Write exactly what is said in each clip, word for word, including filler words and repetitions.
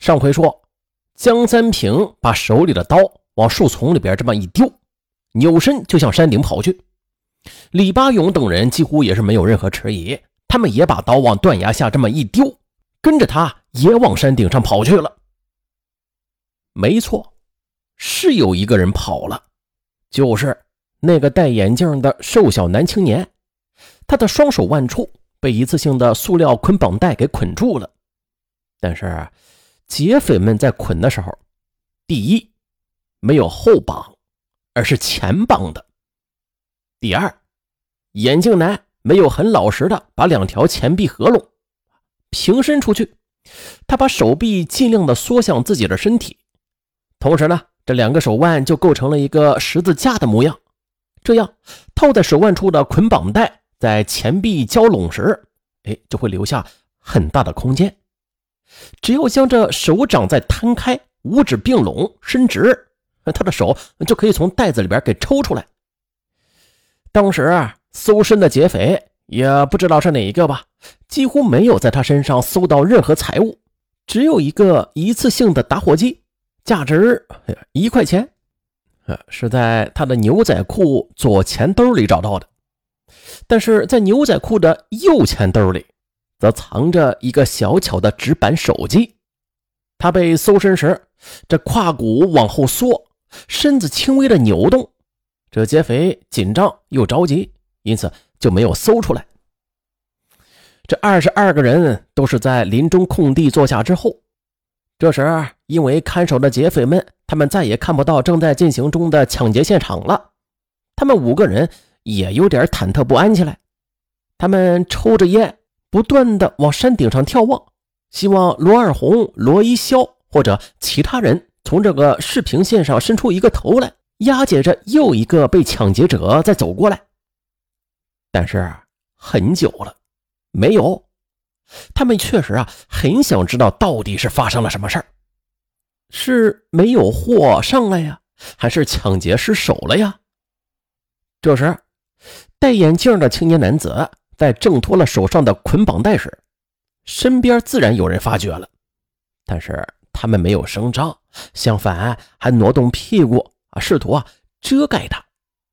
上回说江三平把手里的刀往树丛里边这么一丢，扭身就向山顶跑去。李八勇等人几乎也是没有任何迟疑，他们也把刀往断崖下这么一丢，跟着他也往山顶上跑去了。没错，是有一个人跑了，就是那个戴眼镜的瘦小男青年。他的双手腕处被一次性的塑料捆绑带给捆住了，但是劫匪们在捆的时候，第一，没有后绑，而是前绑的；第二，眼镜男没有很老实的把两条前臂合拢，平伸出去，他把手臂尽量的缩向自己的身体，同时呢，这两个手腕就构成了一个十字架的模样。这样套在手腕处的捆绑带在前臂交拢时，哎，就会留下很大的空间。只要将这手掌再摊开，五指并拢伸直，他的手就可以从袋子里边给抽出来。当时啊，搜身的劫匪也不知道是哪一个吧，几乎没有在他身上搜到任何财物，只有一个一次性的打火机，价值一块钱，是在他的牛仔裤左前兜里找到的。但是在牛仔裤的右前兜里则藏着一个小巧的直板手机。他被搜身时，这胯骨往后缩，身子轻微的扭动，这劫匪紧张又着急，因此就没有搜出来。这二十二个人都是在林中空地坐下之后，这时因为看守的劫匪们，他们再也看不到正在进行中的抢劫现场了，他们五个人也有点忐忑不安起来。他们抽着烟，不断的往山顶上眺望，希望罗二红、罗一潇或者其他人从这个视频线上伸出一个头来，押解着又一个被抢劫者再走过来。但是很久了，没有。他们确实啊，很想知道到底是发生了什么事儿，是没有货上来呀，还是抢劫失手了呀？这时，戴眼镜的青年男子在挣脱了手上的捆绑带时，身边自然有人发觉了，但是他们没有声张，相反还挪动屁股啊，试图啊遮盖他。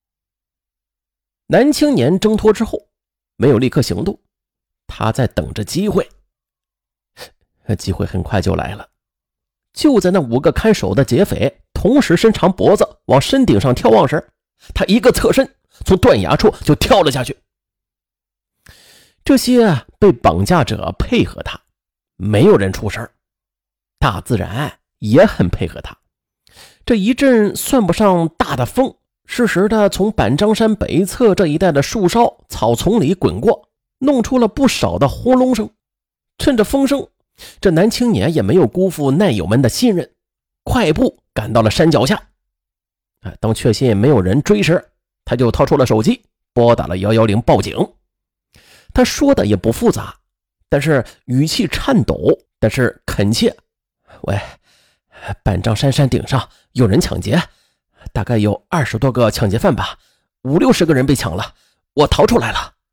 男青年挣脱之后，没有立刻行动，他在等着机会。机会很快就来了，就在那五个看守的劫匪同时伸长脖子往山顶上眺望时，他一个侧身从断崖处就跳了下去。这些被绑架者配合他，没有人出声，大自然也很配合他。这一阵算不上大的风，适时的从板张山北侧这一带的树梢草丛里滚过，弄出了不少的轰隆声。趁着风声，这男青年也没有辜负难友们的信任，快步赶到了山脚下。当确信没有人追时，他就掏出了手机，拨打了一一零报警。他说的也不复杂，但是语气颤抖，但是恳切。喂，板张山山顶上有人抢劫，大概有二十多个抢劫犯吧，五六十个人被抢了，我逃出来了。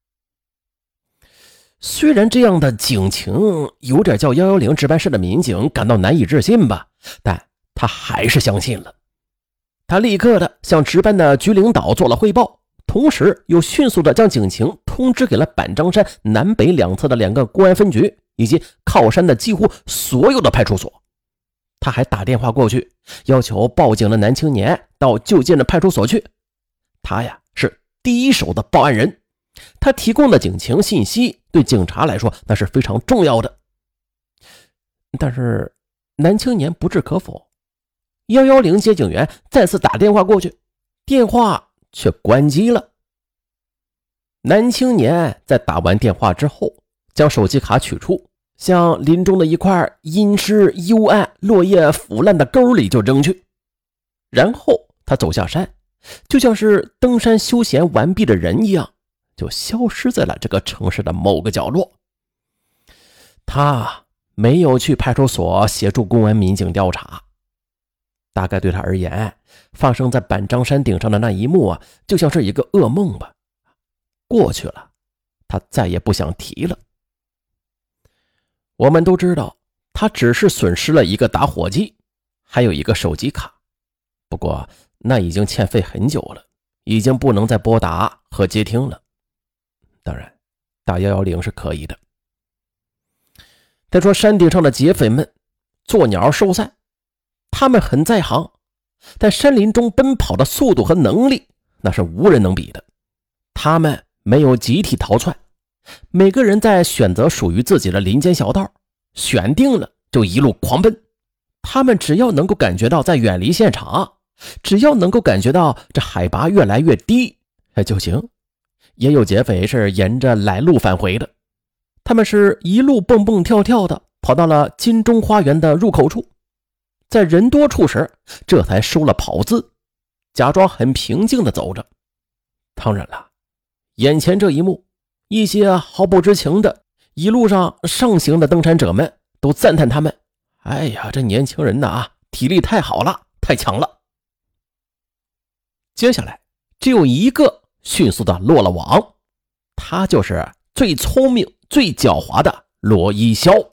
虽然这样的警情有点叫一一零值班室的民警感到难以置信吧，但他还是相信了。他立刻的向值班的局领导做了汇报，同时又迅速的将警情通知给了板张山南北两侧的两个公安分局以及靠山的几乎所有的派出所。他还打电话过去，要求报警的男青年到就近的派出所去。他呀是第一手的报案人，他提供的警情信息对警察来说那是非常重要的。但是男青年不置可否，一一零接警员再次打电话过去，电话却关机了。男青年在打完电话之后，将手机卡取出，向林中的一块阴湿幽暗落叶腐烂的沟里就扔去。然后他走下山，就像是登山休闲完毕的人一样，就消失在了这个城市的某个角落。他没有去派出所协助公安民警调查，大概对他而言，发生在板张山顶上的那一幕啊，就像是一个噩梦吧。过去了，他再也不想提了。我们都知道， 他只是损失了一个打火机，还有一个手机卡，不过那已经欠费很久了，已经不能再拨打和接听了。当然打一一零是可以的。再说山顶上的劫匪们做鸟兽散，他们很在行，但山林中奔跑的速度和能力那是无人能比的。他们没有集体逃窜，每个人在选择属于自己的林间小道，选定了就一路狂奔。他们只要能够感觉到在远离现场，只要能够感觉到这海拔越来越低就行。也有劫匪是沿着来路返回的，他们是一路蹦蹦跳跳的跑到了金钟花园的入口处，在人多处时这才收了跑姿，假装很平静的走着。当然了，眼前这一幕，一些毫不知情的一路上上行的登山者们都赞叹他们，哎呀，这年轻人呐，体力太好了，太强了。接下来只有一个迅速的落了网，他就是最聪明最狡猾的罗一霄。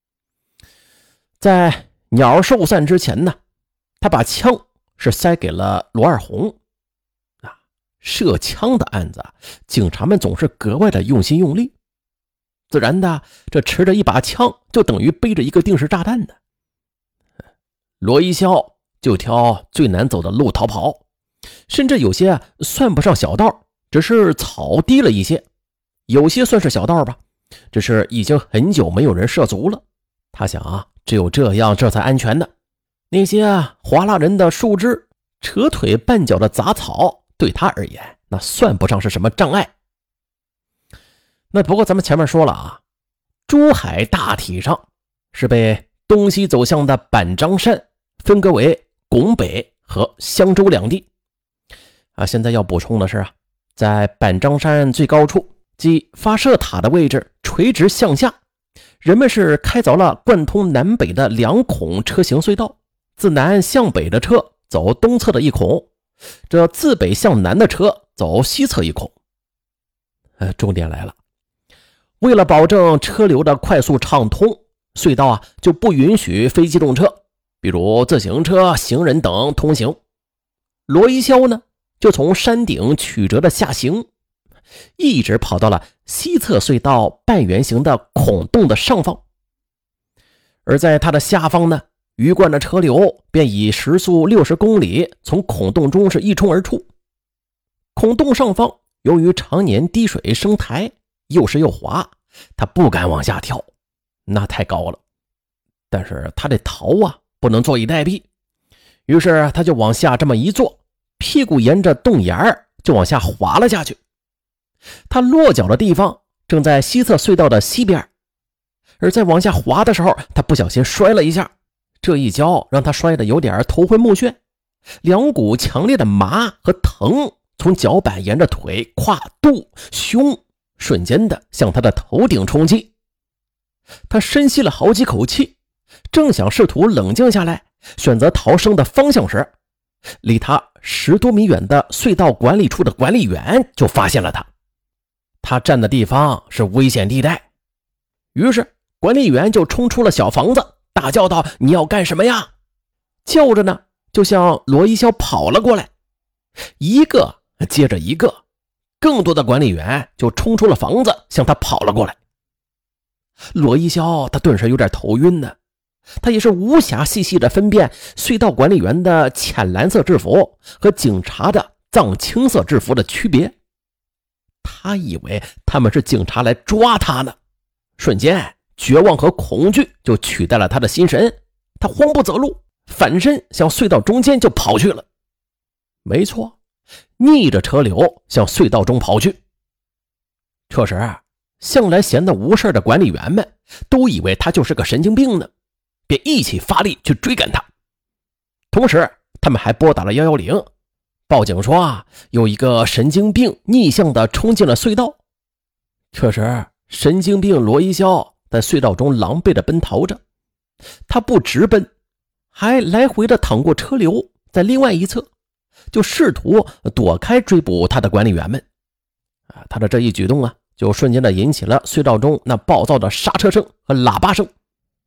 在鸟兽散之前呢，他把枪是塞给了罗二红。啊，射枪的案子，警察们总是格外的用心用力，自然的，这持着一把枪就等于背着一个定时炸弹呢。罗一霄就挑最难走的路逃跑，甚至有些算不上小道，只是草低了一些，有些算是小道吧，只是已经很久没有人涉足了。他想啊，只有这样这才安全的。那些划拉人的树枝，扯腿绊脚的杂草，对他而言那算不上是什么障碍。那不过咱们前面说了啊，珠海大体上是被东西走向的板张山分割为拱北和香洲两地啊。现在要补充的是啊，在板张山最高处，即发射塔的位置垂直向下，人们是开凿了贯通南北的两孔车行隧道，自南向北的车走东侧的一孔，这自北向南的车走西侧一孔。呃，重点来了，为了保证车流的快速畅通，隧道啊就不允许非机动车，比如自行车、行人等通行。罗一霄呢，就从山顶曲折的下行，一直跑到了西侧隧道半圆形的孔洞的上方。而在它的下方呢，鱼贯的车流便以时速六十公里从孔洞中是一冲而出。孔洞上方由于常年滴水生苔，又湿又滑，他不敢往下跳，那太高了。但是他得逃啊，不能坐以待毙。于是他就往下这么一坐，屁股沿着洞眼儿就往下滑了下去。他落脚的地方正在西侧隧道的西边，而在往下滑的时候，他不小心摔了一下，这一跤让他摔得有点头昏目眩，两股强烈的麻和疼从脚板沿着腿、胯、肚、胸瞬间的向他的头顶冲击。他深吸了好几口气，正想试图冷静下来，选择逃生的方向时，离他十多米远的隧道管理处的管理员就发现了他。他站的地方是危险地带，于是管理员就冲出了小房子，大叫道：“你要干什么呀？”叫着呢，就向罗一霄跑了过来。一个接着一个，更多的管理员就冲出了房子，向他跑了过来。罗一霄他顿时有点头晕呢，他也是无暇细细的分辨隧道管理员的浅蓝色制服和警察的藏青色制服的区别。他以为他们是警察来抓他呢，瞬间绝望和恐惧就取代了他的心神，他慌不择路，反身向隧道中间就跑去了。没错，逆着车流向隧道中跑去。这时向来闲得无事的管理员们都以为他就是个神经病呢，便一起发力去追赶他。同时他们还拨打了一一零，报警说啊，有一个神经病逆向的冲进了隧道。这时神经病罗一霄在隧道中狼狈的奔逃着，他不直奔，还来回的淌过车流，在另外一侧就试图躲开追捕他的管理员们。啊，他的这一举动啊，就瞬间的引起了隧道中那暴躁的刹车声和喇叭声。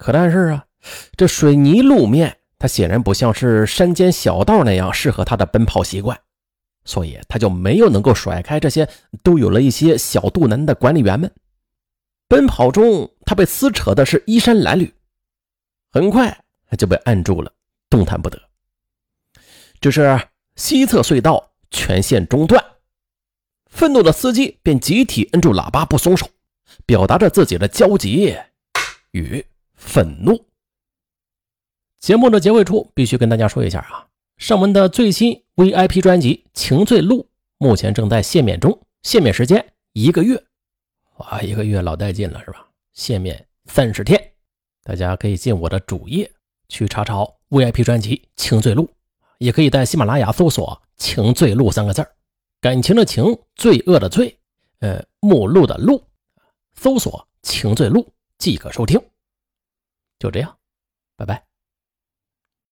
可但是啊，这水泥路面它显然不像是山间小道那样适合他的奔跑习惯，所以他就没有能够甩开这些都有了一些小肚腩的管理员们。奔跑中他被撕扯的是衣衫褴褛，很快就被按住了，动弹不得。这是西侧隧道全线中断，愤怒的司机便集体摁住喇叭不松手，表达着自己的焦急与愤怒。节目的结尾处必须跟大家说一下啊，上文的最新 V I P 专辑《情醉录》目前正在限免中，限免时间一个月。哇，一个月老带劲了是吧？限免三十天，大家可以进我的主页去查找 V I P 专辑《情醉录》，也可以在喜马拉雅搜索“情醉录”三个字，感情的情，罪恶的罪，呃，目录的录，搜索“情醉录”即可收听。就这样，拜拜。